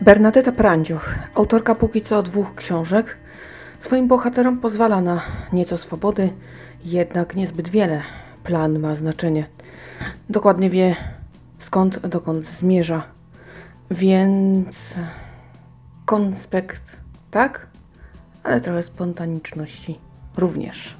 Bernadetta Prandzioch, autorka póki co 2 książek, swoim bohaterom pozwala na nieco swobody, jednak niezbyt wiele. Plan ma znaczenie. Dokładnie wie, skąd, dokąd zmierza. Więc konspekt tak, ale trochę spontaniczności również.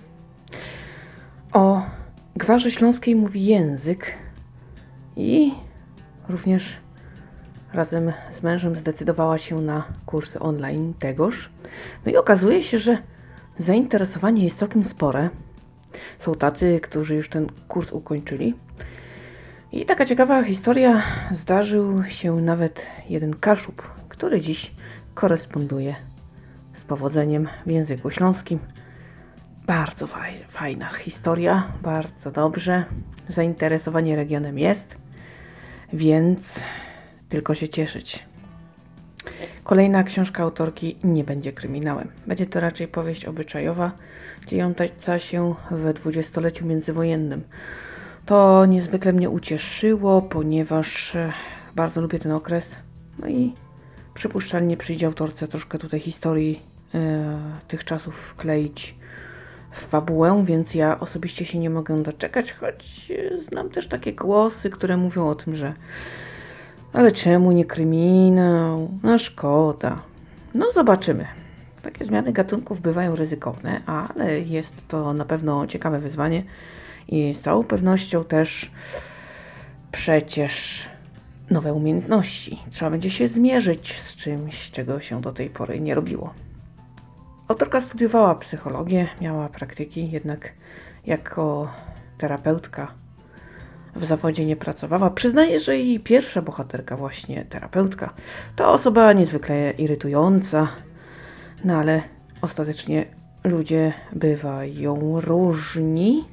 O Gwarze Śląskiej mówi język i również razem z mężem zdecydowała się na kursy online tegoż. No i okazuje się, że zainteresowanie jest całkiem spore. Są tacy, którzy już ten kurs ukończyli. I taka ciekawa historia, zdarzył się nawet jeden Kaszub, który dziś koresponduje z powodzeniem w języku śląskim. Bardzo fajna historia, bardzo dobrze. Zainteresowanie regionem jest, więc tylko się cieszyć. Kolejna książka autorki nie będzie kryminałem. Będzie to raczej powieść obyczajowa, dziejąca się w dwudziestoleciu międzywojennym. To niezwykle mnie ucieszyło, ponieważ bardzo lubię ten okres. No i przypuszczalnie przyjdzie autorce troszkę tutaj historii tych czasów wkleić w fabułę, więc ja osobiście się nie mogę doczekać, choć znam też takie głosy, które mówią o tym, że ale czemu nie kryminał? No szkoda. No zobaczymy. Takie zmiany gatunków bywają ryzykowne, ale jest to na pewno ciekawe wyzwanie i z całą pewnością też przecież nowe umiejętności. Trzeba będzie się zmierzyć z czymś, czego się do tej pory nie robiło. Autorka studiowała psychologię, miała praktyki, jednak jako terapeutka w zawodzie nie pracowała. Przyznaję, że jej pierwsza bohaterka, właśnie terapeutka, to osoba niezwykle irytująca, no ale ostatecznie ludzie bywają różni.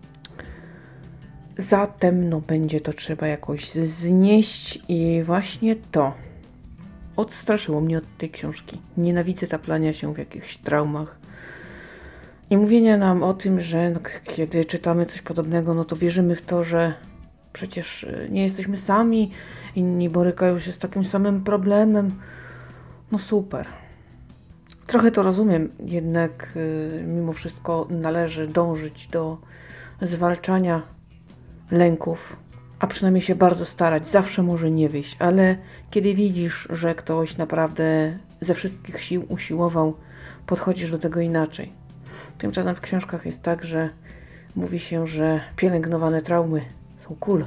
Zatem będzie to trzeba jakoś znieść i właśnie to odstraszyło mnie od tej książki. Nienawidzę taplania się w jakichś traumach i mówienia nam o tym, że kiedy czytamy coś podobnego, to wierzymy w to, że przecież nie jesteśmy sami, inni borykają się z takim samym problemem. No super. Trochę to rozumiem, jednak mimo wszystko należy dążyć do zwalczania lęków, a przynajmniej się bardzo starać. Zawsze może nie wyjść, ale kiedy widzisz, że ktoś naprawdę ze wszystkich sił usiłował, podchodzisz do tego inaczej. Tymczasem w książkach jest tak, że mówi się, że pielęgnowane traumy są cool.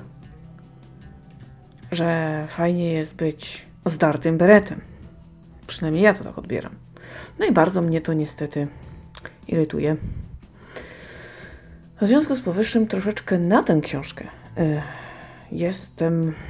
Że fajnie jest być zdartym beretem. Przynajmniej ja to tak odbieram. No i bardzo mnie to niestety irytuje. W związku z powyższym troszeczkę na tę książkę jestem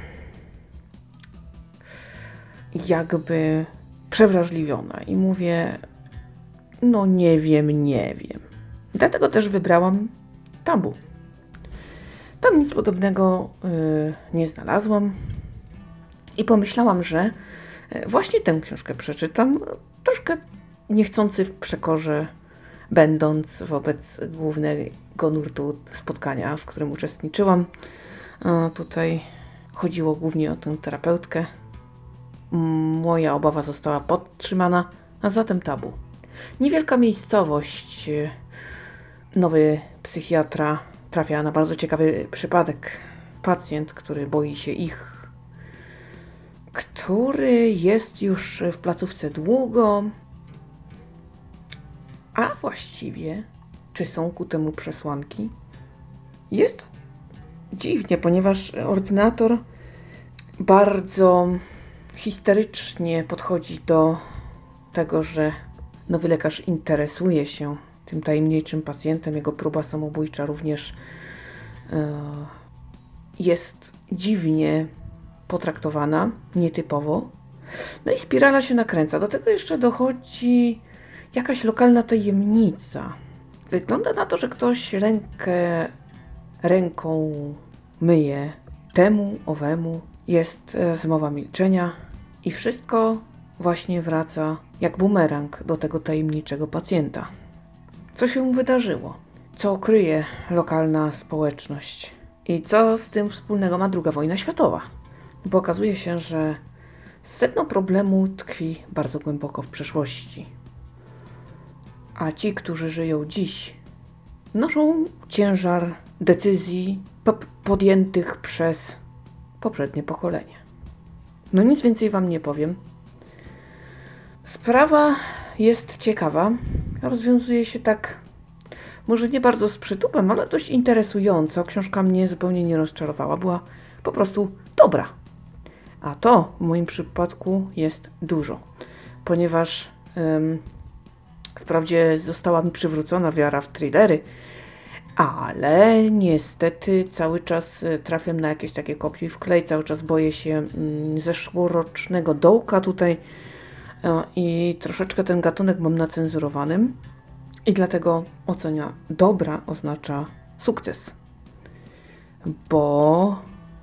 jakby przewrażliwiona i mówię, no nie wiem. Dlatego też wybrałam Tabu. Tam nic podobnego nie znalazłam i pomyślałam, że właśnie tę książkę przeczytam, troszkę niechcący w przekorze, będąc wobec głównego nurtu spotkania, w którym uczestniczyłam. Tutaj chodziło głównie o tę terapeutkę. Moja obawa została podtrzymana, a zatem Tabu. Niewielka miejscowość. Nowy psychiatra trafia na bardzo ciekawy przypadek. Pacjent, który boi się ich, który jest już w placówce długo, a właściwie, czy są ku temu przesłanki? Jest dziwnie, ponieważ ordynator bardzo histerycznie podchodzi do tego, że nowy lekarz interesuje się tym tajemniczym pacjentem. Jego próba samobójcza również jest dziwnie potraktowana, nietypowo. No i spirala się nakręca. Do tego jeszcze dochodzi jakaś lokalna tajemnica. Wygląda na to, że ktoś ręką myje temu, owemu. Jest zmowa milczenia i wszystko właśnie wraca jak bumerang do tego tajemniczego pacjenta. Co się wydarzyło? Co kryje lokalna społeczność? I co z tym wspólnego ma II wojna światowa? Bo okazuje się, że Sedno problemu tkwi bardzo głęboko w przeszłości. A ci, którzy żyją dziś, noszą ciężar decyzji podjętych przez poprzednie pokolenie. No nic więcej wam nie powiem. Sprawa jest ciekawa. Rozwiązuje się tak, może nie bardzo z przytupem, ale dość interesująco. Książka mnie zupełnie nie rozczarowała. Była po prostu dobra. A to w moim przypadku jest dużo, ponieważ wprawdzie została mi przywrócona wiara w thrillery, ale niestety cały czas trafiam na jakieś takie kopiuj wklej, cały czas boję się zeszłorocznego dołka tutaj i troszeczkę ten gatunek mam nacenzurowanym i dlatego ocena dobra oznacza sukces, bo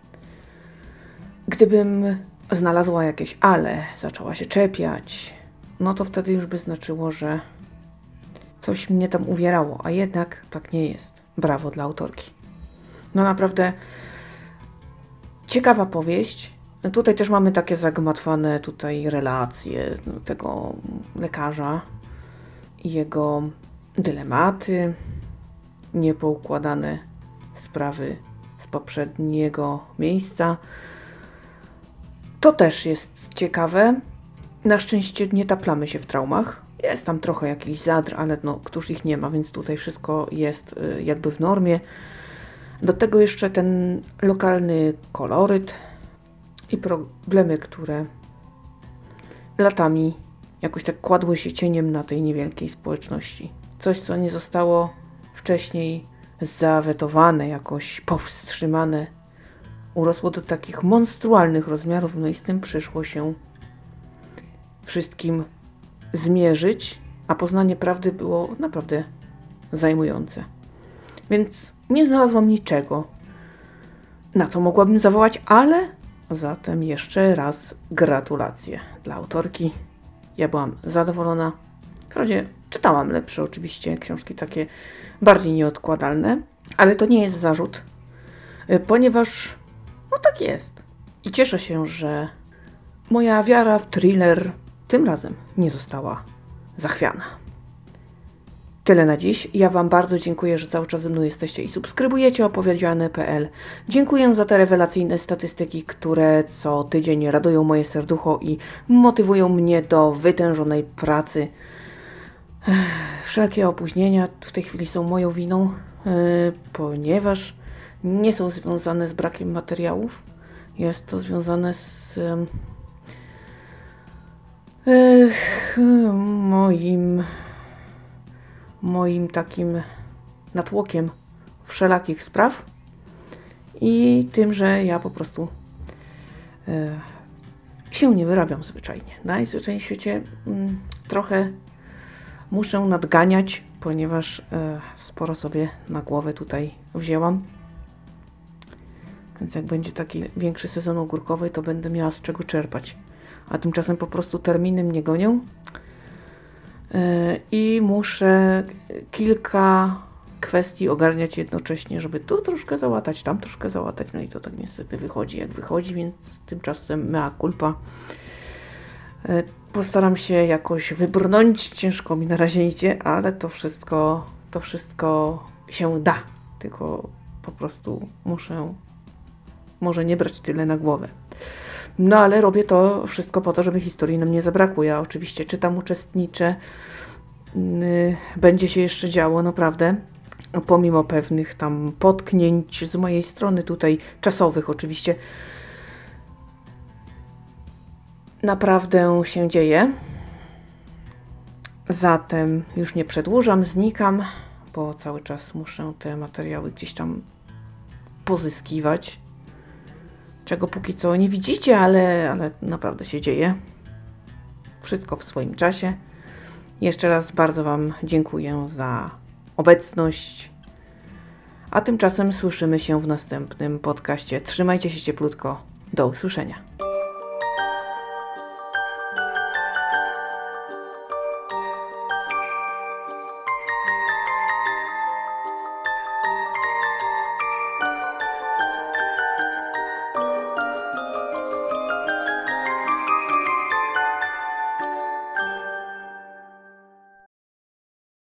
gdybym znalazła jakieś ale, zaczęła się czepiać, no to wtedy już by znaczyło, że coś mnie tam uwierało, a jednak tak nie jest. Brawo dla autorki. No naprawdę ciekawa powieść. Tutaj też mamy takie zagmatwane tutaj relacje tego lekarza i jego dylematy, niepoukładane sprawy z poprzedniego miejsca. To też jest ciekawe. Na szczęście nie taplamy się w traumach. Jest tam trochę jakichś zadr, ale no, któż ich nie ma, więc tutaj wszystko jest jakby w normie. Do tego jeszcze ten lokalny koloryt i problemy, które latami jakoś tak kładły się cieniem na tej niewielkiej społeczności. Coś, co nie zostało wcześniej zawetowane, jakoś powstrzymane, urosło do takich monstrualnych rozmiarów, no i z tym przyszło się wszystkim zmierzyć, a poznanie prawdy było naprawdę zajmujące. Więc nie znalazłam niczego, na co mogłabym zawołać, ale zatem jeszcze raz gratulacje dla autorki. Ja byłam zadowolona. Wprawdzie czytałam lepsze oczywiście książki, takie bardziej nieodkładalne, ale to nie jest zarzut, ponieważ no tak jest. I cieszę się, że moja wiara w thriller tym razem nie została zachwiana. Tyle na dziś. Ja wam bardzo dziękuję, że cały czas ze mną jesteście i subskrybujecie opowiedziane.pl. Dziękuję za te rewelacyjne statystyki, które co tydzień radują moje serducho i motywują mnie do wytężonej pracy. Wszelkie opóźnienia w tej chwili są moją winą, ponieważ nie są związane z brakiem materiałów. Jest to związane z moim takim natłokiem wszelakich spraw i tym, że ja po prostu się nie wyrabiam zwyczajnie. Najzwyczajniej w świecie trochę muszę nadganiać, ponieważ sporo sobie na głowę tutaj wzięłam. Więc jak będzie taki większy sezon ogórkowy, to będę miała z czego czerpać. A tymczasem po prostu terminy mnie gonią i muszę kilka kwestii ogarniać jednocześnie, żeby tu troszkę załatać, tam troszkę załatać. No i to tak niestety wychodzi jak wychodzi, więc tymczasem mea culpa. Postaram się jakoś wybrnąć. Ciężko mi na razie idzie, ale to wszystko się da. Tylko po prostu muszę może nie brać tyle na głowę. No ale robię to wszystko po to, żeby historii nam nie zabrakło. Ja oczywiście czytam, uczestniczę. Będzie się jeszcze działo, naprawdę. Pomimo pewnych tam potknięć z mojej strony tutaj, czasowych oczywiście. Naprawdę się dzieje. Zatem już nie przedłużam, znikam, bo cały czas muszę te materiały gdzieś tam pozyskiwać. Czego póki co nie widzicie, ale naprawdę się dzieje. Wszystko w swoim czasie. Jeszcze raz bardzo wam dziękuję za obecność. A tymczasem słyszymy się w następnym podcaście. Trzymajcie się cieplutko. Do usłyszenia.